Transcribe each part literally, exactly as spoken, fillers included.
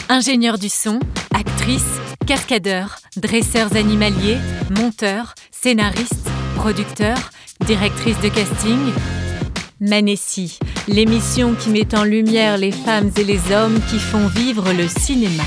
Ingénieurs du son, actrices, cascadeurs, dresseurs animaliers, monteurs, scénaristes, producteurs, directrices de casting. Manessi, l'émission qui met en lumière les femmes et les hommes qui font vivre le cinéma.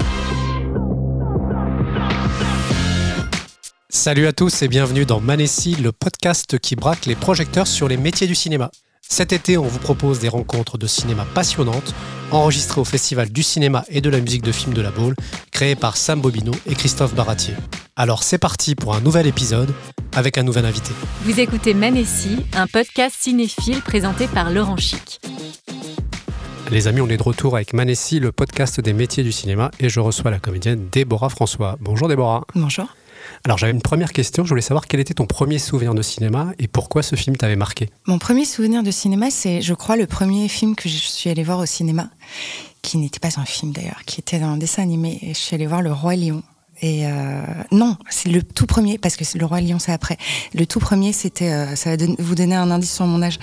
Salut à tous et bienvenue dans Manessi, le podcast qui braque les projecteurs sur les métiers du cinéma. Cet été, on vous propose des rencontres de cinéma passionnantes, enregistrées au Festival du cinéma et de la musique de film de la Baule, créé par Sam Bobineau et Christophe Baratier. Alors c'est parti pour un nouvel épisode, avec un nouvel invité. Vous écoutez Manessi, un podcast cinéphile présenté par Laurent Chic. Les amis, on est de retour avec Manessi, le podcast des métiers du cinéma, et je reçois la comédienne Déborah François. Bonjour Déborah. Bonjour. Alors j'avais une première question, je voulais savoir quel était ton premier souvenir de cinéma et pourquoi ce film t'avait marqué. Mon premier souvenir de cinéma, c'est, je crois, le premier film que je suis allée voir au cinéma, qui n'était pas un film d'ailleurs, qui était un dessin animé. Et je suis allée voir Le Roi Lion. Et euh, non, c'est le tout premier, parce que Le Roi Lion, c'est après. Le tout premier, c'était, euh, ça va don- vous donner un indice sur mon âge,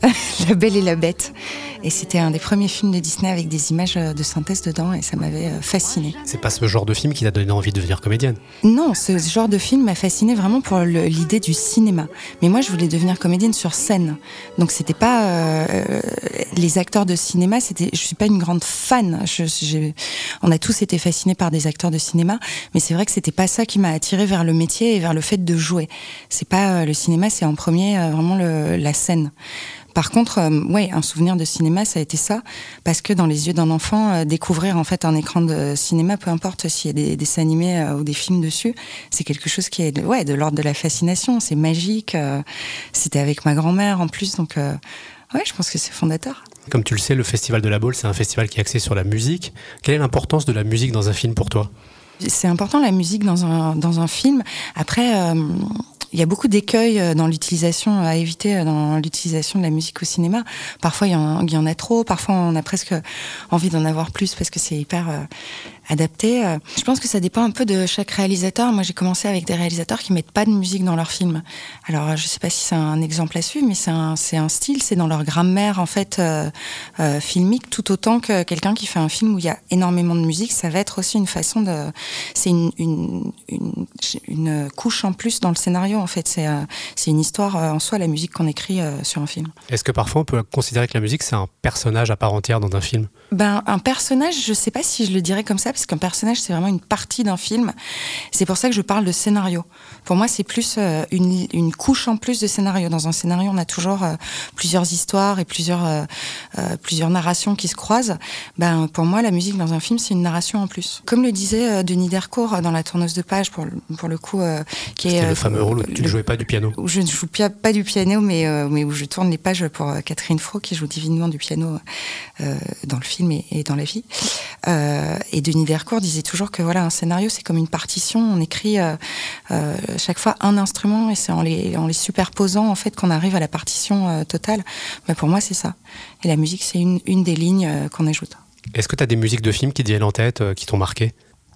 La Belle et la Bête. Et c'était un des premiers films de Disney avec des images de synthèse dedans, et ça m'avait euh, fascinée. C'est pas ce genre de film qui t'a donné envie de devenir comédienne? Non, ce genre de film m'a fascinée vraiment pour le, l'idée du cinéma. Mais moi, je voulais devenir comédienne sur scène. Donc c'était pas euh, les acteurs de cinéma. C'était, je suis pas une grande fan. Je, j'ai, on a tous été fascinés par des acteurs de cinéma, mais c'est vrai que c'était pas ça qui m'a attirée vers le métier et vers le fait de jouer. C'est pas euh, le cinéma, c'est en premier euh, vraiment le, la scène. Par contre, euh, ouais, un souvenir de cinéma, ça a été ça, parce que dans les yeux d'un enfant, euh, découvrir en fait un écran de cinéma, peu importe s'il y a des, des dessins animés euh, ou des films dessus, c'est quelque chose qui est de, ouais, de l'ordre de la fascination. C'est magique. Euh, c'était avec ma grand-mère en plus, donc euh, ouais, je pense que c'est fondateur. Comme tu le sais, le Festival de la Baule, c'est un festival qui est axé sur la musique. Quelle est l'importance de la musique dans un film pour toi? C'est important la musique dans un dans un film. Après. Euh, Il y a beaucoup d'écueils dans l'utilisation, à éviter dans l'utilisation de la musique au cinéma. Parfois, il y en, il y en a trop. Parfois, on a presque envie d'en avoir plus parce que c'est hyper euh, adapté. Je pense que ça dépend un peu de chaque réalisateur. Moi, j'ai commencé avec des réalisateurs qui mettent pas de musique dans leurs films. Alors, je sais pas si c'est un exemple à suivre, mais c'est un, c'est un style, c'est dans leur grammaire, en fait, euh, euh, filmique, tout autant que quelqu'un qui fait un film où il y a énormément de musique. Ça va être aussi une façon de... C'est une, une, une, une couche en plus dans le scénario. En fait, c'est, euh, c'est une histoire euh, en soi, la musique qu'on écrit euh, sur un film. Est-ce que parfois on peut considérer que la musique c'est un personnage à part entière dans un film? Ben, un personnage, je sais pas si je le dirais comme ça, parce qu'un personnage c'est vraiment une partie d'un film. C'est pour ça que je parle de scénario. Pour moi, c'est plus euh, une, une couche en plus de scénario. Dans un scénario, on a toujours euh, plusieurs histoires et plusieurs, euh, euh, plusieurs narrations qui se croisent. Ben, pour moi, la musique dans un film, c'est une narration en plus. Comme le disait euh, Denis Dercourt dans La Tourneuse de Pages, pour, pour le coup, euh, qui C'était est... le fameux rôle où tu ne jouais pas du piano. Où je ne joue pas du piano, mais, euh, mais où je tourne les pages pour euh, Catherine Fro, qui joue divinement du piano euh, dans le film et, et dans la vie. Euh, et Denis Dercourt disait toujours que voilà, un scénario, c'est comme une partition. On écrit euh, euh, chaque fois un instrument et c'est en les, en les superposant en fait qu'on arrive à la partition euh, totale. Mais pour moi, c'est ça. Et la musique, c'est une, une des lignes euh, qu'on ajoute. Est-ce que tu as des musiques de films qui te viennent en tête, euh, qui t'ont marqué?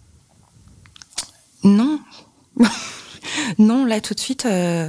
Non. Non, là, tout de suite... Euh...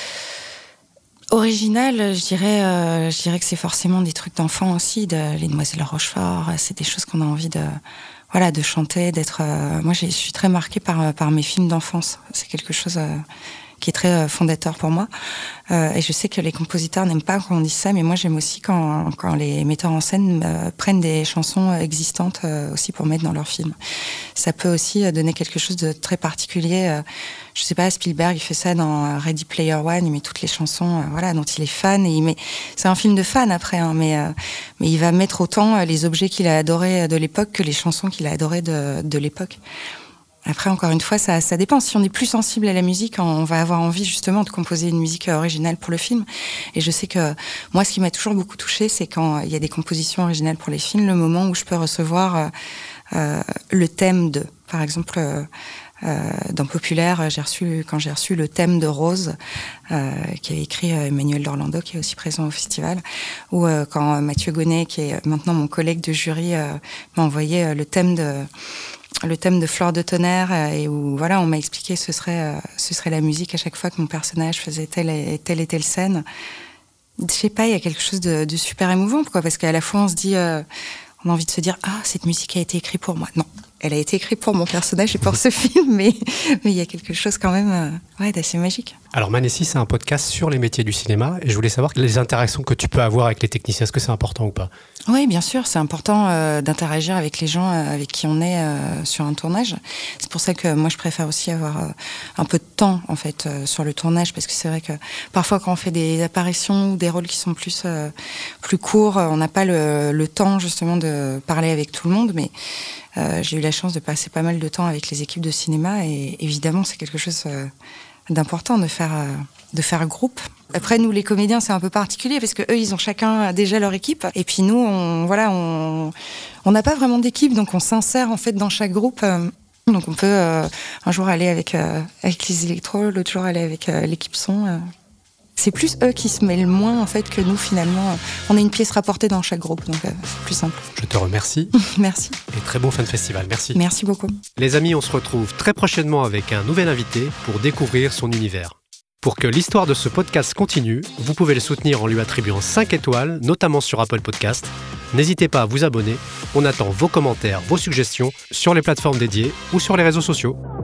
Original, je dirais, euh, je dirais que c'est forcément des trucs d'enfants aussi, de Les Demoiselles de Rochefort. C'est des choses qu'on a envie de, voilà, de chanter, d'être. Euh, moi, je suis très marquée par par mes films d'enfance. C'est quelque chose euh, qui est très euh, fondateur pour moi. Euh, et je sais que les compositeurs n'aiment pas quand on dit ça, mais moi j'aime aussi quand quand les metteurs en scène euh, prennent des chansons existantes euh, aussi pour mettre dans leurs films. Ça peut aussi donner quelque chose de très particulier. Euh, Je sais pas, Spielberg, il fait ça dans Ready Player One, il met toutes les chansons, euh, voilà, dont il est fan, et il met, c'est un film de fan après, hein, mais, euh, mais il va mettre autant euh, les objets qu'il a adorés de l'époque que les chansons qu'il a adorées de, de l'époque. Après, encore une fois, ça, ça dépend. Si on est plus sensible à la musique, on va avoir envie justement de composer une musique originale pour le film. Et je sais que moi, ce qui m'a toujours beaucoup touchée, c'est quand il y a des compositions originales pour les films, le moment où je peux recevoir euh, euh, le thème de, par exemple... Euh, Euh, dans Populaire, j'ai reçu, quand j'ai reçu le thème de Rose, euh, qui avait écrit euh, Emmanuel d'Orlando, qui est aussi présent au festival, ou euh, quand Mathieu Gonnet, qui est maintenant mon collègue de jury, euh, m'a envoyé euh, le thème de le thème de Fleur de tonnerre, euh, et où voilà, on m'a expliqué que ce serait euh, ce serait la musique à chaque fois que mon personnage faisait telle et telle et telle scène. Je sais pas, il y a quelque chose de, de super émouvant, quoi, parce qu'à la fois on se dit euh, On a envie de se dire, ah, cette musique a été écrite pour moi. Non, elle a été écrite pour mon personnage et pour ce film, mais mais il y a quelque chose quand même euh, ouais, d'assez magique. Alors Manessi, c'est un podcast sur les métiers du cinéma et je voulais savoir les interactions que tu peux avoir avec les techniciens, est-ce que c'est important ou pas ? Oui, bien sûr, c'est important euh, d'interagir avec les gens euh, avec qui on est euh, sur un tournage. C'est pour ça que moi je préfère aussi avoir euh, un peu de temps en fait euh, sur le tournage, parce que c'est vrai que parfois quand on fait des apparitions ou des rôles qui sont plus euh, plus courts, on n'a pas le, le temps justement de parler avec tout le monde, mais euh, j'ai eu la chance de passer pas mal de temps avec les équipes de cinéma et évidemment c'est quelque chose euh, d'important de faire euh, de faire groupe. Après nous les comédiens c'est un peu particulier parce que eux ils ont chacun déjà leur équipe et puis nous on voilà on on n'a pas vraiment d'équipe, donc on s'insère en fait dans chaque groupe. Euh, donc on peut euh, un jour aller avec euh, avec les électros, l'autre jour aller avec euh, l'équipe son. Euh. C'est plus eux qui se mêlent moins en fait que nous finalement. On a une pièce rapportée dans chaque groupe, donc euh, c'est plus simple. Je te remercie. Merci. Et très bon fin de festival, merci. Merci beaucoup. Les amis, on se retrouve très prochainement avec un nouvel invité pour découvrir son univers. Pour que l'histoire de ce podcast continue, vous pouvez le soutenir en lui attribuant cinq étoiles, notamment sur Apple Podcast. N'hésitez pas à vous abonner. On attend vos commentaires, vos suggestions sur les plateformes dédiées ou sur les réseaux sociaux.